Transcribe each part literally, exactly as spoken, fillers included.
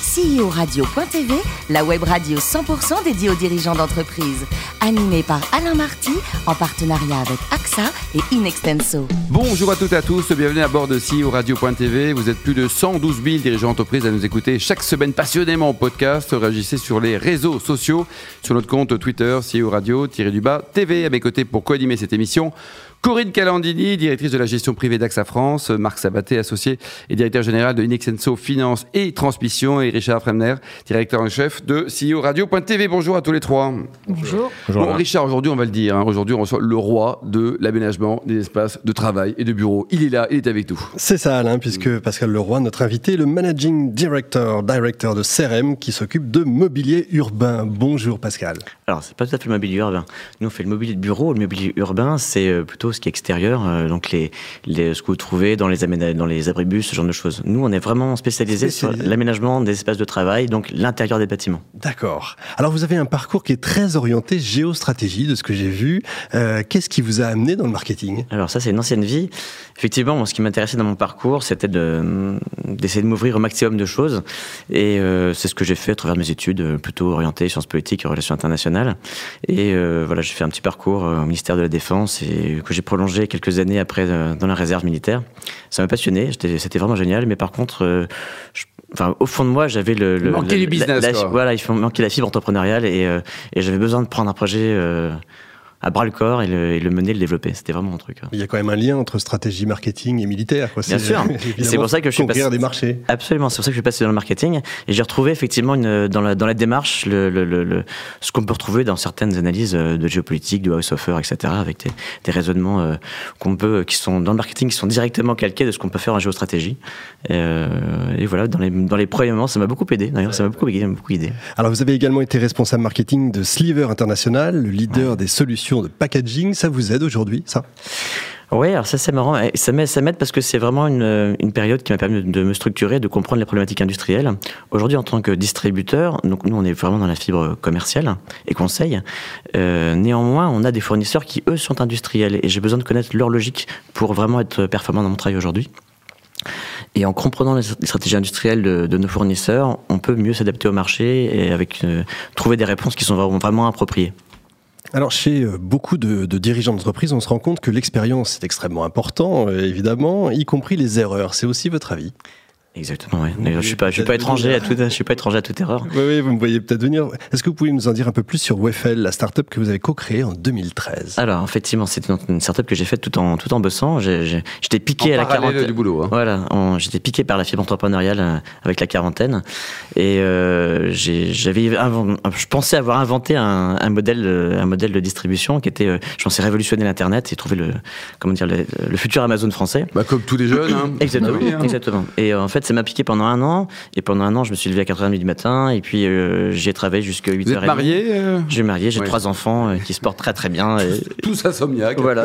C E O radio point T V, la web radio cent pour cent dédiée aux dirigeants d'entreprise. Animée par Alain Marty, en partenariat avec A X A et Inextenso. Bonjour à toutes et à tous, bienvenue à bord de C E O radio point T V. Vous êtes plus de cent douze mille dirigeants d'entreprise à nous écouter chaque semaine passionnément en podcast. Réagissez sur les réseaux sociaux, sur notre compte Twitter, C E O radio-du-bas T V. À mes côtés pour co-animer cette émission, Corinne Calandini, directrice de la gestion privée d'A X A France, Marc Sabaté, associé et directeur général de Inextenso Finance et Transmission, et Richard Fremner, directeur en chef de C E O radio point T V. Bonjour à tous les trois. Bonjour. Bonjour. Bon, Richard, aujourd'hui on va le dire, hein, aujourd'hui on reçoit le roi de l'aménagement des espaces de travail et de bureaux. Il est là, il est avec nous. C'est ça Alain, puisque Pascal Leroy, notre invité, le Managing Director, Director de C R M qui s'occupe de mobilier urbain. Bonjour Pascal. Alors c'est pas tout à fait le mobilier urbain. Nous on fait le mobilier de bureau, le mobilier urbain c'est plutôt ce qui est extérieur, euh, donc les, les, ce que vous trouvez dans les, aména- dans les abribus, ce genre de choses. Nous, on est vraiment spécialisé sur l'aménagement des espaces de travail, donc l'intérieur des bâtiments. D'accord. Alors, vous avez un parcours qui est très orienté géostratégie, de ce que j'ai vu. Euh, qu'est-ce qui vous a amené dans le marketing ? Alors ça, c'est une ancienne vie. Effectivement, moi, ce qui m'intéressait dans mon parcours, c'était de, d'essayer de m'ouvrir au maximum de choses. Et euh, c'est ce que j'ai fait à travers mes études, plutôt orientées sciences politiques et relations internationales. Et euh, voilà, j'ai fait un petit parcours au ministère de la Défense et que j'ai prolongé quelques années après euh, dans la réserve militaire. Ça m'a passionné, c'était vraiment génial, mais par contre, euh, je, enfin, au fond de moi, j'avais le... le il manquait le, du business, la, la, quoi. Voilà, il manquait la fibre entrepreneuriale et, euh, et j'avais besoin de prendre un projet euh, à bras le corps et le, et le mener, le développer. C'était vraiment mon truc. Hein. Il y a quand même un lien entre stratégie marketing et militaire, quoi. Bien c'est, sûr. C'est pour ça que je suis passé des marchés. Absolument. C'est pour ça que je suis passé dans le marketing et j'ai retrouvé effectivement une, dans la dans la démarche le, le, le, le ce qu'on peut retrouver dans certaines analyses de géopolitique, de House of Fur, et cetera. Avec des, des raisonnements euh, qu'on peut, qui sont dans le marketing, qui sont directement calqués de ce qu'on peut faire en géostratégie. Et, euh, et voilà, dans les dans les premiers moments, ça m'a beaucoup aidé. D'ailleurs, ça m'a beaucoup aidé, beaucoup aidé. Alors, vous avez également été responsable marketing de Sliver International, le leader ouais. des solutions de packaging. Ça vous aide aujourd'hui, ça ? Oui, alors ça c'est marrant, ça m'aide, ça m'aide parce que c'est vraiment une, une période qui m'a permis de me structurer, de comprendre les problématiques industrielles. Aujourd'hui, en tant que distributeur, donc nous on est vraiment dans la fibre commerciale et conseil. Euh, néanmoins, on a des fournisseurs qui eux sont industriels et j'ai besoin de connaître leur logique pour vraiment être performant dans mon travail aujourd'hui. Et en comprenant les stratégies industrielles de, de nos fournisseurs, on peut mieux s'adapter au marché et avec euh, trouver des réponses qui sont vraiment, vraiment appropriées. Alors, chez beaucoup de, de dirigeants d'entreprise, on se rend compte que l'expérience est extrêmement important, euh, évidemment, y compris les erreurs. C'est aussi votre avis ? Exactement, oui. Je suis pas, je suis pas étranger à toute, je suis pas étranger à toute erreur. Oui, oui, vous me voyez peut-être venir. Est-ce que vous pouvez nous en dire un peu plus sur Wefel, la start-up que vous avez co-créée en deux mille treize ? Alors, effectivement, c'était une start-up que j'ai faite tout en, tout en bossant. J'ai, j'ai, j'étais piqué en à la quarantaine. du boulot, hein. Voilà, on, j'étais piqué par la fibre entrepreneuriale euh, avec la quarantaine. Et, euh, j'ai, j'avais, invent, je pensais avoir inventé un, un modèle, un modèle de distribution qui était, euh, je pensais révolutionner l'Internet et trouver le, comment dire, le, le futur Amazon français. Bah, comme tous les jeunes, hein. Exactement, bah oui, hein. exactement. Et euh, en fait, ça m'a piqué pendant un an. Et pendant un an, je me suis levé à quatre heures trente du matin. Et puis, euh, j'ai travaillé jusqu'à huit heures trente. Vous êtes marié euh... J'ai marié, j'ai oui. trois enfants euh, qui se portent très très bien. Et... Tous insomniaques. Voilà.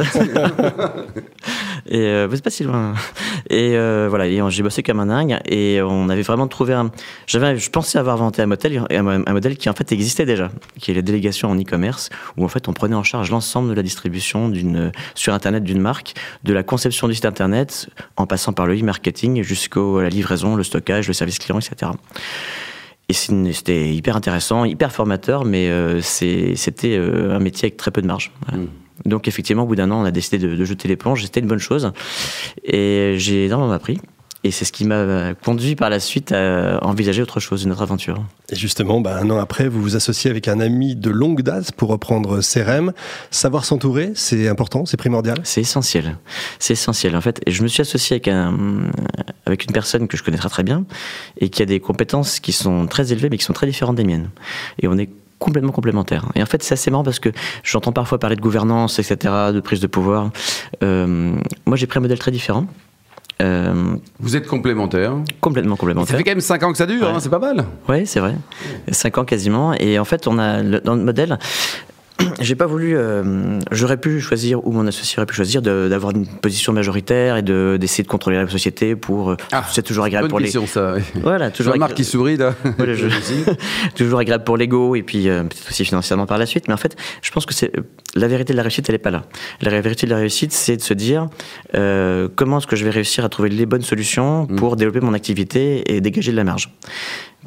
Et euh, vous n'êtes pas si loin. Et euh, voilà, et j'ai bossé comme un dingue. Et on avait vraiment trouvé un. J'avais, je pensais avoir inventé un modèle, un, un modèle qui en fait existait déjà, qui est la délégation en e-commerce, où en fait on prenait en charge l'ensemble de la distribution d'une sur Internet d'une marque, de la conception du site Internet, en passant par le e-marketing jusqu'à la livraison, le stockage, le service client, et cetera. Et c'était hyper intéressant, hyper formateur, mais euh, c'est, c'était euh, un métier avec très peu de marge. Voilà. Mmh. Donc effectivement, au bout d'un an, on a décidé de, de jeter l'éponge. C'était une bonne chose. Et j'ai énormément appris. Et c'est ce qui m'a conduit par la suite à envisager autre chose, une autre aventure. Et justement, bah, un an après, vous vous associez avec un ami de longue date pour reprendre C R M. Savoir s'entourer, c'est important, c'est primordial ? C'est essentiel. C'est essentiel, en fait. Et je me suis associé avec, un, avec une personne que je connais très très bien et qui a des compétences qui sont très élevées mais qui sont très différentes des miennes. Et on est complètement complémentaires. Et en fait, c'est assez marrant parce que j'entends parfois parler de gouvernance, et cetera, de prise de pouvoir. Euh, moi, j'ai pris un modèle très différent. Euh, Vous êtes complémentaires. Complètement complémentaires. Ça fait quand même cinq ans que ça dure, ouais. hein, c'est pas mal. Oui, c'est vrai. cinq ans quasiment. Et en fait, on a dans le modèle, j'ai pas voulu. Euh, j'aurais pu choisir, ou mon associé aurait pu choisir, de, d'avoir une position majoritaire et de, d'essayer de contrôler la société pour. Ah, c'est toujours agréable pour les. C'est bonne question, ça. Oui. Voilà, toujours. Jean-Marc agré... qui sourit là. Voilà, je... toujours agréable pour l'ego et puis euh, peut-être aussi financièrement par la suite. Mais en fait, je pense que c'est la vérité de la réussite, elle est pas là. La vérité de la réussite, c'est de se dire euh, comment est-ce que je vais réussir à trouver les bonnes solutions pour mmh. développer mon activité et dégager de la marge.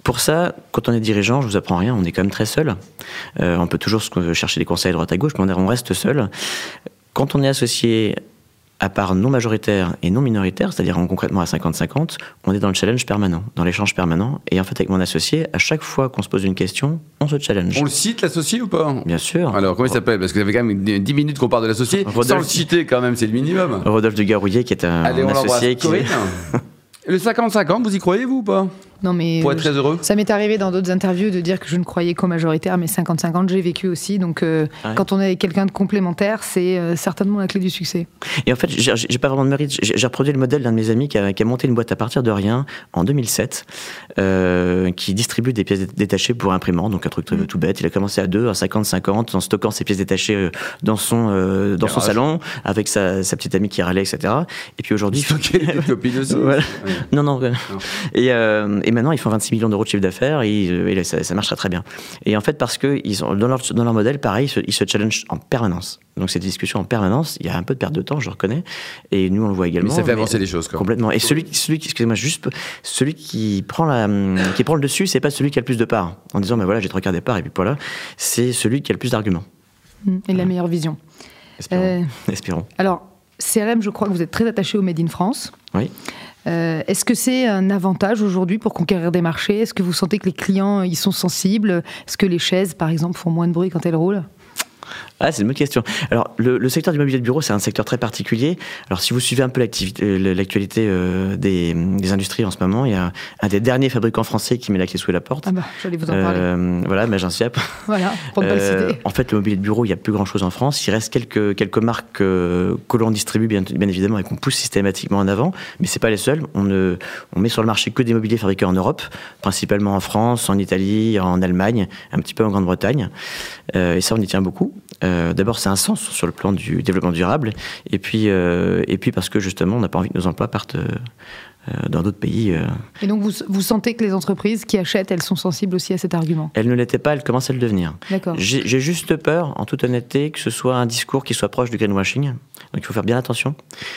pour ça, quand on est dirigeant, je vous apprends rien, on est quand même très seul. Euh, on peut toujours chercher des conseils à droite à gauche, mais on reste seul. Quand on est associé à part non majoritaire et non minoritaire, c'est-à-dire concrètement à cinquante cinquante, on est dans le challenge permanent, dans l'échange permanent. Et en fait, avec mon associé, à chaque fois qu'on se pose une question, on se challenge. On le cite, l'associé, ou pas ? Bien sûr. Alors, comment il s'appelle ? Parce que ça fait quand même dix minutes qu'on parle de l'associé. Rodolphe... Sans le citer, quand même, c'est le minimum. Rodolphe de Garouillet, qui est un, Allez, on un associé. Qui... Le cinquante cinquante, vous y croyez, vous, ou pas ? Non, mais pour être très heureux. Ça m'est arrivé dans d'autres interviews de dire que je ne croyais qu'au majoritaire, mais cinquante cinquante, j'ai vécu aussi. Donc, euh, ouais. quand on est avec quelqu'un de complémentaire, c'est euh, certainement la clé du succès. Et en fait, j'ai, j'ai pas vraiment de mérite. J'ai, j'ai reproduit le modèle d'un de mes amis qui a, qui a monté une boîte à partir de rien en deux mille sept, euh, qui distribue des pièces détachées pour imprimants, donc un truc mmh. tout bête. Il a commencé à deux, à cinquante cinquante, en stockant ses pièces détachées dans son, euh, dans son salon, avec sa, sa petite amie qui râlait, et cetera. Et puis aujourd'hui... Il stockait les copines aussi. Voilà. Ouais. Non, non. non. Et, euh, et maintenant, ils font vingt-six millions d'euros de chiffre d'affaires et, et ça, ça marche très, très bien. Et en fait, parce que ils ont, dans, leur, dans leur modèle, pareil, ils se, ils se challengent en permanence. Donc, cette discussion en permanence, il y a un peu de perte de temps, je reconnais. Et nous, on le voit également. Mais ça fait avancer mais, les choses, quoi. Complètement. Et celui, celui, excusez-moi, juste, celui qui prend, la, qui prend le dessus, c'est pas celui qui a le plus de parts. En disant, ben voilà, j'ai trois quarts des parts et puis voilà. C'est celui qui a le plus d'arguments. Et la meilleure vision. Espérons. Euh, Espérons. Alors, C R M, je crois que vous êtes très attaché au Made in France. Oui. Euh, est-ce que c'est un avantage aujourd'hui pour conquérir des marchés ? Est-ce que vous sentez que les clients y sont sensibles ? Est-ce que les chaises, par exemple, font moins de bruit quand elles roulent ? Ah, c'est une bonne question. Alors, le, le secteur du mobilier de bureau, c'est un secteur très particulier. Alors, si vous suivez un peu l'activité, l'actualité euh, des, des industries en ce moment, il y a un des derniers fabricants français qui met la clé sous la porte. Ah bah, j'allais vous en parler. Euh, voilà, Maginsiap. Voilà, pour ne pas euh, le citer. En fait, le mobilier de bureau, il n'y a plus grand-chose en France. Il reste quelques, quelques marques euh, que l'on distribue, bien, bien évidemment, et qu'on pousse systématiquement en avant. Mais c'est pas les seuls. On, ne, on met sur le marché que des mobiliers fabriqués en Europe, principalement en France, en Italie, en Allemagne, un petit peu en Grande-Bretagne. Euh, et ça, on y tient beaucoup. Euh, d'abord, c'est un sens sur le plan du développement durable, et puis, euh, et puis parce que justement, on n'a pas envie que nos emplois partent euh, dans d'autres pays. Euh. Et donc, vous, vous sentez que les entreprises qui achètent, elles sont sensibles aussi à cet argument ? Elles ne l'étaient pas, elles commencent à le devenir. D'accord. J'ai, j'ai juste peur, en toute honnêteté, que ce soit un discours qui soit proche du greenwashing. Donc, il faut faire bien attention.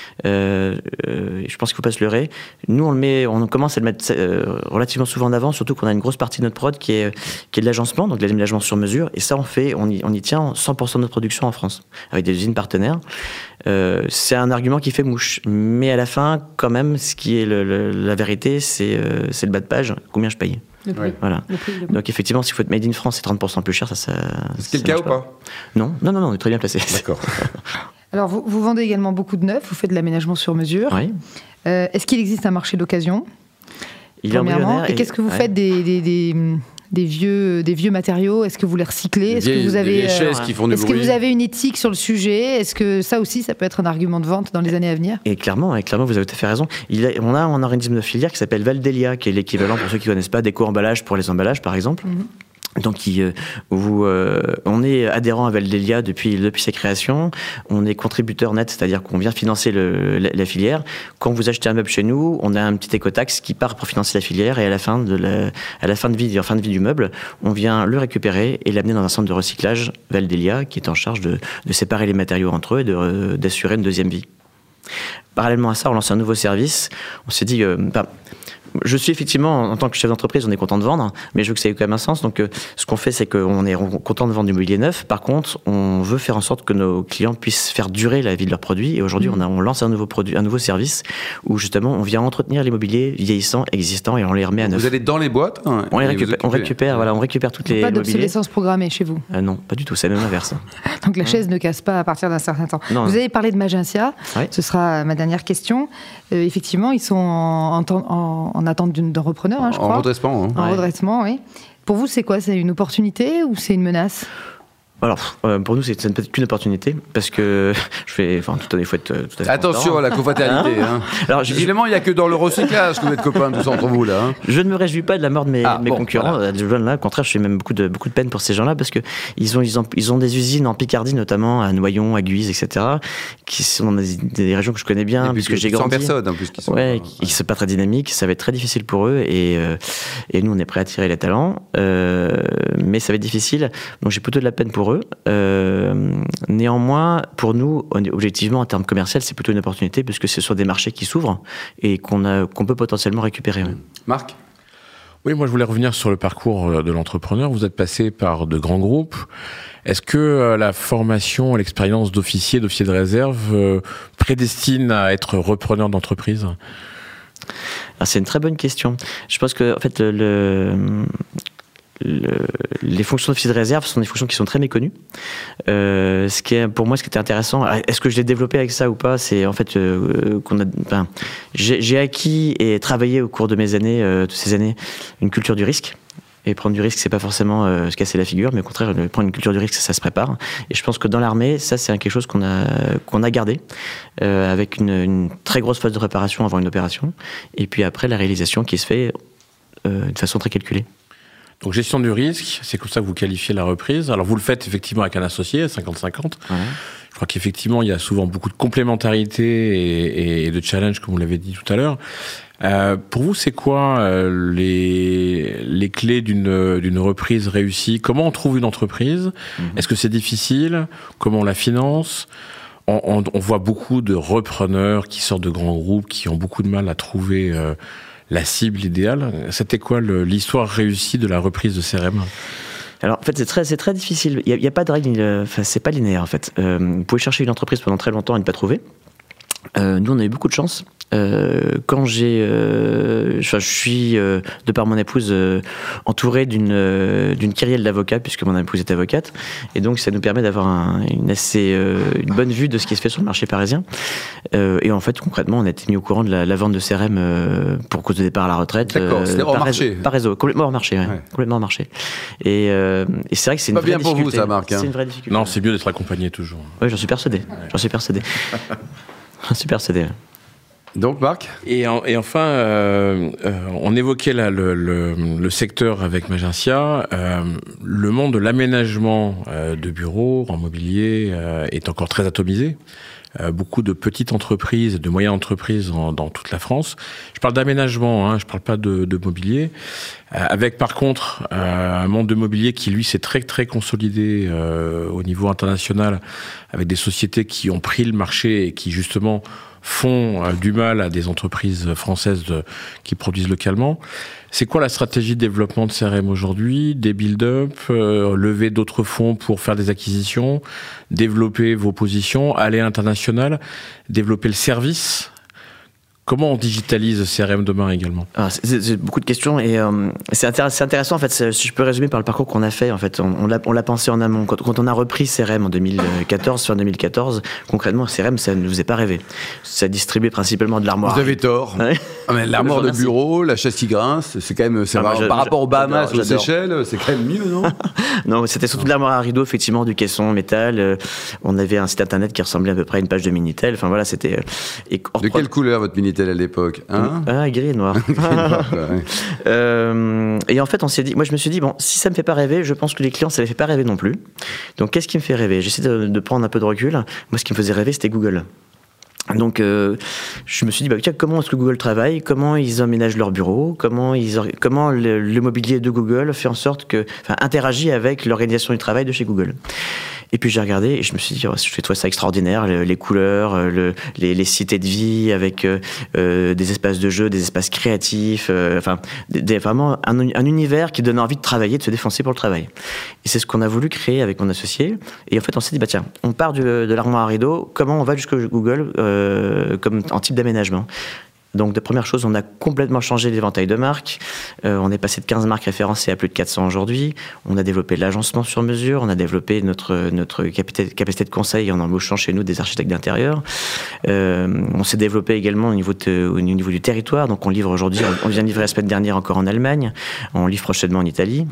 Euh, euh, je pense qu'il ne faut pas se leurrer. Nous, on le met, on commence à le mettre euh, relativement souvent en avant, surtout qu'on a une grosse partie de notre prod qui est, qui est de l'agencement, donc de l'aménagement sur mesure. Et ça, on fait, on y, on y tient cent pour cent de notre production en France, avec des usines partenaires. Euh, c'est un argument qui fait mouche. Mais à la fin, quand même, ce qui est le, le, la vérité, c'est, euh, c'est le bas de page. Combien je paye ? Le prix. Voilà. Le prix, le prix. Donc effectivement, s'il faut être made in France, c'est trente pour cent plus cher. Ça, ça, c'est le cas ou pas ? Non, non, non, non, on est très bien placé. D'accord. Alors, vous, vous vendez également beaucoup de neufs, vous faites de l'aménagement sur mesure. Oui. Euh, est-ce qu'il existe un marché d'occasion ? Il est Premièrement. Et, et qu'est-ce que vous ouais. faites des, des, des, des, vieux, des vieux matériaux ? Est-ce que vous les recyclez ? Est-ce vieilles, que vous avez, des chaises euh, qui font du est-ce bruit. que vous avez une éthique sur le sujet ? Est-ce que ça aussi, ça peut être un argument de vente dans les années à venir ? Et clairement, et clairement, vous avez tout à fait raison. Il a, on a un organisme de filière qui s'appelle Valdelia, qui est l'équivalent, pour ceux qui ne connaissent pas, d'éco-emballage pour les emballages, par exemple. Mm-hmm. Donc, il, vous, euh, on est adhérent à Valdelia depuis, depuis sa création. On est contributeur net, c'est-à-dire qu'on vient financer le, la, la filière. Quand vous achetez un meuble chez nous, on a un petit écotaxe qui part pour financer la filière, et à la fin de, la, à la fin de vie, en fin de vie du meuble, on vient le récupérer et l'amener dans un centre de recyclage Valdelia, qui est en charge de, de séparer les matériaux entre eux et de, d'assurer une deuxième vie. Parallèlement à ça, on lance un nouveau service. On s'est dit, euh, bah, je suis effectivement, en tant que chef d'entreprise, on est content de vendre, mais je veux que ça ait quand même un sens. Donc, euh, ce qu'on fait, c'est qu'on est content de vendre du mobilier neuf. Par contre, on veut faire en sorte que nos clients puissent faire durer la vie de leurs produits. Et aujourd'hui, mmh. on, a, on lance un nouveau produit, un nouveau service où justement, on vient entretenir les mobiliers vieillissants, existants, et on les remet à neuf. Vous allez dans les boîtes hein, On les récupère, on récupère, voilà, on récupère toutes les pas mobiliers. d'obsolescence programmée chez vous. Euh, non, pas du tout. C'est même l'inverse. Donc la chaise mmh. ne casse pas à partir d'un certain temps. Non, vous non. avez parlé de Maginsiap. Ouais. Ce sera ma dernière question. Euh, effectivement, ils sont en, en, en, en attente d'une, d'un repreneur, hein, je en crois. Redressement, hein. En ouais. redressement, oui. Pour vous, c'est quoi ? C'est une opportunité ou c'est une menace ? Alors, euh, pour nous, c'est, c'est peut-être qu'une opportunité, parce que je fais, enfin, tout à fait, tout à fait attention à la confraternité. Hein. Alors, visiblement, il n'y a que dans le recyclage que vous êtes copains tous entre vous là. Hein. Je ne me réjouis pas de la mort de mes, ah, mes bon, concurrents. Voilà. Là, au contraire, je fais même beaucoup de beaucoup de peine pour ces gens-là, parce que ils ont ils ont ils ont des usines en Picardie, notamment à Noyon, à Guise, et cetera, qui sont dans des, des régions que je connais bien, puisque j'ai grandi. cent personnes en plus qui sont. Ouais, qui, qui sont pas très dynamiques. Ça va être très difficile pour eux, et euh, et nous, on est prêts à attirer les talents, euh, mais ça va être difficile. Donc, j'ai plutôt de la peine pour eux. Euh, Euh, néanmoins, pour nous, objectivement, en termes commerciaux, c'est plutôt une opportunité puisque ce sont des marchés qui s'ouvrent et qu'on, a, qu'on peut potentiellement récupérer. Marc ? Oui, moi je voulais revenir sur le parcours de l'entrepreneur. Vous êtes passé par de grands groupes. Est-ce que la formation, l'expérience d'officier, d'officier de réserve prédestine à être repreneur d'entreprise ? Alors, c'est une très bonne question. Je pense que en fait, le, le, les fonctions d'officier de réserve sont des fonctions qui sont très méconnues. Euh, ce qui est, pour moi, ce qui était intéressant, est-ce que je l'ai développé avec ça ou pas, c'est en fait euh, qu'on a, enfin, j'ai, j'ai acquis et travaillé au cours de mes années, euh, de ces années, une culture du risque. Et prendre du risque, c'est pas forcément euh, se casser la figure, mais au contraire, prendre une culture du risque, ça, ça se prépare. Et je pense que dans l'armée, ça, c'est quelque chose qu'on a qu'on a gardé, euh, avec une, une très grosse phase de préparation avant une opération, et puis après la réalisation qui se fait euh, de façon très calculée. Donc gestion du risque, c'est comme ça que vous qualifiez la reprise. Alors vous le faites effectivement avec un associé, cinquante cinquante. Ouais. Je crois qu'effectivement, il y a souvent beaucoup de complémentarité et, et de challenge, comme vous l'avez dit tout à l'heure. Euh, pour vous, c'est quoi euh, les, les clés d'une, d'une reprise réussie ? Comment on trouve une entreprise ? Mmh. Est-ce que c'est difficile ? Comment on la finance ? on, on, on voit beaucoup de repreneurs qui sortent de grands groupes, qui ont beaucoup de mal à trouver euh, la cible idéale. C'était quoi le, l'histoire réussie de la reprise de C R M ? Alors, en fait, c'est très, c'est très difficile. Il n'y a, a pas de règle, enfin, c'est pas linéaire, en fait. Euh, vous pouvez chercher une entreprise pendant très longtemps et ne pas trouver. Euh, nous, on a eu beaucoup de chance. Euh, quand j'ai, euh, je, je suis euh, de par mon épouse euh, entouré d'une euh, d'une kyrielle d'avocats, puisque mon épouse est avocate, et donc ça nous permet d'avoir un, une assez euh, une bonne vue de ce qui se fait sur le marché parisien. Euh, et en fait, concrètement, on a été mis au courant de la, la vente de C R M euh, pour cause de départ à la retraite. D'accord, c'était hors par marché. Réseau, par réseau, complètement hors marché, ouais, ouais. complètement hors marché. Et, euh, et c'est vrai que c'est une pas vraie bien difficulté. pour vous, ça, Marc. Hein. C'est une vraie difficulté. Non, c'est mieux d'être accompagné toujours. Oui, j'en suis persuadé. Ouais. J'en suis persuadé. J'en suis persuadé. Donc, Marc ? Et, en, et enfin, euh, euh, on évoquait là le, le, le secteur avec Magencia. Euh, le monde de l'aménagement euh, de bureaux en mobilier euh, est encore très atomisé. Euh, beaucoup de petites entreprises, de moyennes entreprises en, dans toute la France. Je parle d'aménagement, hein, je parle pas de, de mobilier. Euh, avec par contre euh, un monde de mobilier qui lui s'est très très consolidé euh, au niveau international, avec des sociétés qui ont pris le marché et qui justement font euh, du mal à des entreprises françaises de, qui produisent localement. C'est quoi la stratégie de développement de C R M aujourd'hui ? Des build-up, euh, lever d'autres fonds pour faire des acquisitions, développer vos positions, aller à l'international, développer le service ? Comment on digitalise C R M demain également ? Ah, c'est, c'est, c'est beaucoup de questions et euh, c'est, intér- c'est intéressant en fait. Si je peux résumer par le parcours qu'on a fait, en fait, on, on, l'a, on l'a pensé en amont. Quand, quand on a repris C R M en deux mille quatorze, fin deux mille quatorze, concrètement, C R M, ça ne nous faisait pas rêver. Ça distribuait principalement de l'armoire. Vous avez tort. Ouais. Ah, mais l'armoire de bureau, la chaise qui grince, c'est quand même, c'est ah, par, par rapport aux Bahamas, aux Seychelles, c'est quand même mieux, non ? Non, c'était surtout de l'armoire à rideau, effectivement, du caisson métal. Euh, on avait un site internet qui ressemblait à peu près à une page de Minitel. Enfin voilà, c'était. Euh, et de quelle couleur votre Minitel à l'époque ? Hein ? Ah, gris et noir. ouais. euh, et en fait, on s'est dit, moi je me suis dit, bon, si ça me fait pas rêver, je pense que les clients, ça les fait pas rêver non plus. Donc qu'est-ce qui me fait rêver ? J'essaie de, de prendre un peu de recul. Moi, ce qui me faisait rêver, c'était Google. Donc, euh, je me suis dit, bah, tiens, comment est-ce que Google travaille ? Comment ils aménagent leur bureau ? Comment, ils or- comment le, le mobilier de Google fait en sorte que, enfin, interagit avec l'organisation du travail de chez Google ? Et puis j'ai regardé et je me suis dit, oh, je trouve ça extraordinaire, le, les couleurs, le, les, les cités de vie avec euh, des espaces de jeu, des espaces créatifs, euh, enfin des, des, vraiment un, un univers qui donne envie de travailler, de se défoncer pour le travail. Et c'est ce qu'on a voulu créer avec mon associé. Et en fait, on s'est dit, bah tiens, on part du, de l'armoire à rideau, comment on va jusqu'au Google euh, comme en type d'aménagement ? Donc, de première chose, on a complètement changé l'éventail de marques. Euh, on est passé de quinze marques référencées à plus de quatre cents aujourd'hui. On a développé l'agencement sur mesure. On a développé notre, notre capacité de conseil en embauchant chez nous des architectes d'intérieur. Euh, on s'est développé également au niveau, de, au niveau du territoire. Donc, on livre aujourd'hui, on vient de livrer la semaine dernière encore en Allemagne. On livre prochainement en Italie.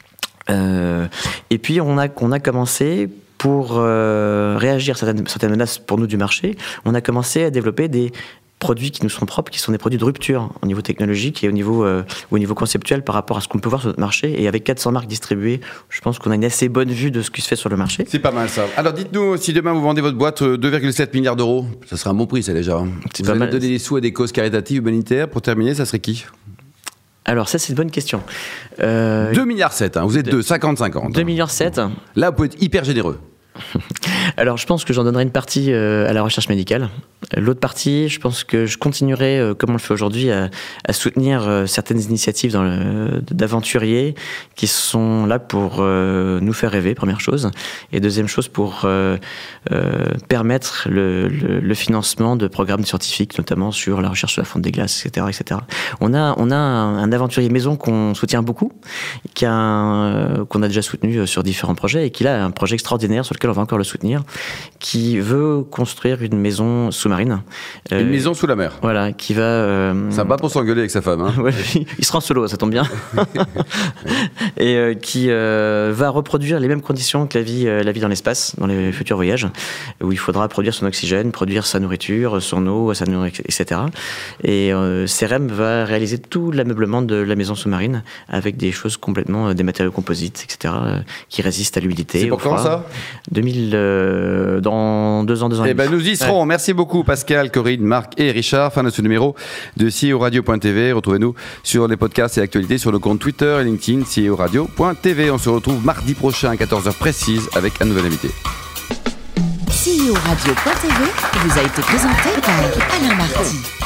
Euh, et puis, on a, on a commencé... Pour euh, réagir à certaines, certaines menaces pour nous du marché, on a commencé à développer des produits qui nous sont propres, qui sont des produits de rupture au niveau technologique et au niveau, euh, au niveau conceptuel par rapport à ce qu'on peut voir sur notre marché. Et avec quatre cents marques distribuées, je pense qu'on a une assez bonne vue de ce qui se fait sur le marché. C'est pas mal ça. Alors dites-nous, si demain vous vendez votre boîte deux virgule sept milliards d'euros, ça serait un bon prix ça déjà. C'est vous allez mal. donner des sous à des causes caritatives, humanitaires. Pour terminer, ça serait qui ? Alors ça c'est une bonne question. Euh, deux virgule sept milliards, hein. Vous êtes deux, cinquante cinquante. deux virgule sept milliards. Là vous pouvez être hyper généreux. Alors, je pense que j'en donnerai une partie euh, à la recherche médicale. L'autre partie, je pense que je continuerai, euh, comme on le fait aujourd'hui, à, à soutenir euh, certaines initiatives dans le, d'aventuriers qui sont là pour euh, nous faire rêver, première chose. Et deuxième chose, pour euh, euh, permettre le, le, le financement de programmes scientifiques, notamment sur la recherche sur la fonte des glaces, et cetera, et cetera. On a, on a un, un aventurier maison qu'on soutient beaucoup, qui a un, qu'on a déjà soutenu sur différents projets et qui a un projet extraordinaire sur lequel on va encore le soutenir, qui veut construire une maison sous-marine. Une euh, maison sous la mer. Voilà, qui va... Euh, Sympa pour s'engueuler avec sa femme. Hein. Ouais, il sera en solo, ça tombe bien. Et euh, qui euh, va reproduire les mêmes conditions que la vie, euh, la vie dans l'espace, dans les futurs voyages, où il faudra produire son oxygène, produire sa nourriture, son eau, sa nourriture, et cetera. Et euh, C R M va réaliser tout l'ameublement de la maison sous-marine avec des choses complètement, euh, des matériaux composites, et cetera, euh, qui résistent à l'humidité. C'est pour quand ça deux mille, euh, dans deux ans, deux ans. Eh ben nous y serons. Ouais. Merci beaucoup Pascal, Corinne, Marc et Richard. Fin de ce numéro de C I O Radio point T V. Retrouvez-nous sur les podcasts et actualités sur le compte Twitter et LinkedIn C I O Radio point T V. On se retrouve mardi prochain à quatorze heures précise avec un nouvel invité. C I O Radio point T V vous a été présenté par Alain Marty.